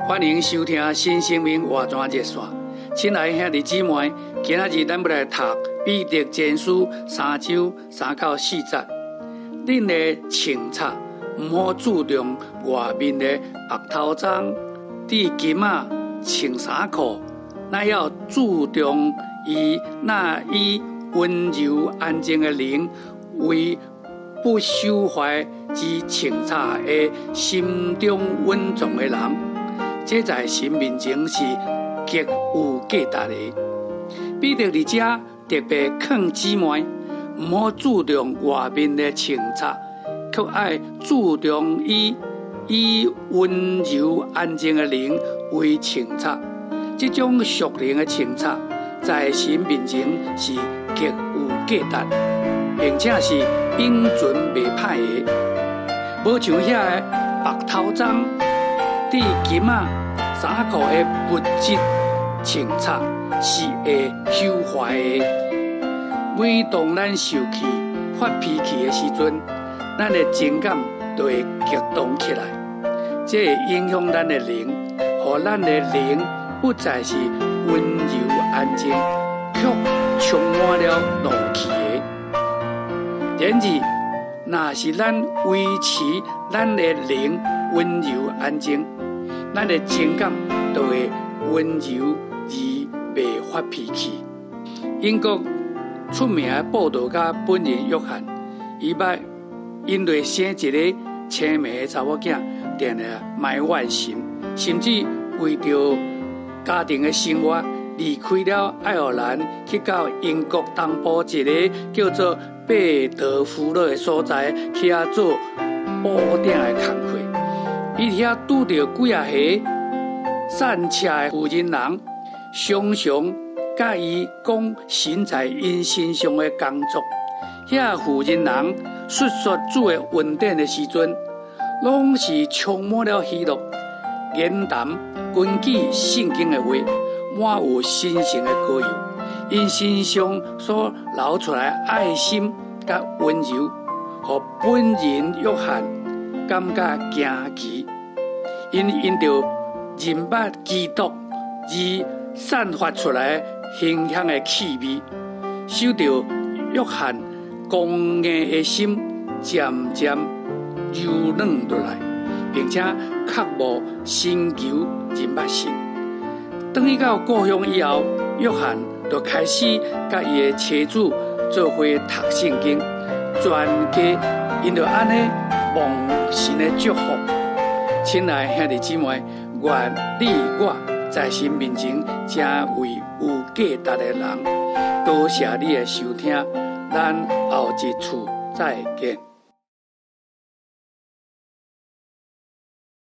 欢迎收听新生命活泉热线。亲爱的兄弟姊妹，今仔日咱要来读彼得前书3章3到4节。恁的穿插唔好注重外面的白头鬃、戴金仔、穿衫裤，乃要注重那以温柔安静的灵为不朽坏之穿插的心中稳重的人。这在神面前是极有价值的。彼得伫遮特别劝姊妹，唔好注重外面的穿插，却爱注重以温柔安静的灵为穿插。这种属灵的穿插，在神面前是极有价值，并且是永存袂歹的。无像遐个白头鬃、戴金仔、衫裤的物质穿插是会朽坏的。每当咱受气、发脾气的时阵，咱的情感就会激动起来，这会影响咱的灵，互咱的灵不再是温柔安静，却充满了怒气的。然而，若是咱维持咱的灵温柔安静，咱的情感就会温柔而袂发脾气。英国出名的报道家本人约翰，伊捌因为生一个青梅的查某囝，定了埋怨神，甚至为着家庭的生活，离开了爱尔兰，去到英国东部一个叫做贝德福勒的所在，去遐做保定的工课。伊伫遐拄到几啊个散车的负责人，常常甲伊讲神在因身上的工作。遐负责人述说主的恩典的时阵，拢是充满了喜乐，言谈根据圣经的话，满有神圣的高油。因身上所流出来爱心甲温柔，互本人约翰感觉惊奇。因着认捌基督而散发出来馨香的气味，受到约翰刚硬的心渐渐柔软落来，并且刻无寻求认捌神。当伊到故乡以后，约翰就开始甲伊的妻子做伙读圣经，全家因着安尼蒙神的祝福。亲爱的兄弟姊妹，愿你我在神面前成为有价值的人。多谢你的收听，咱后一次再见。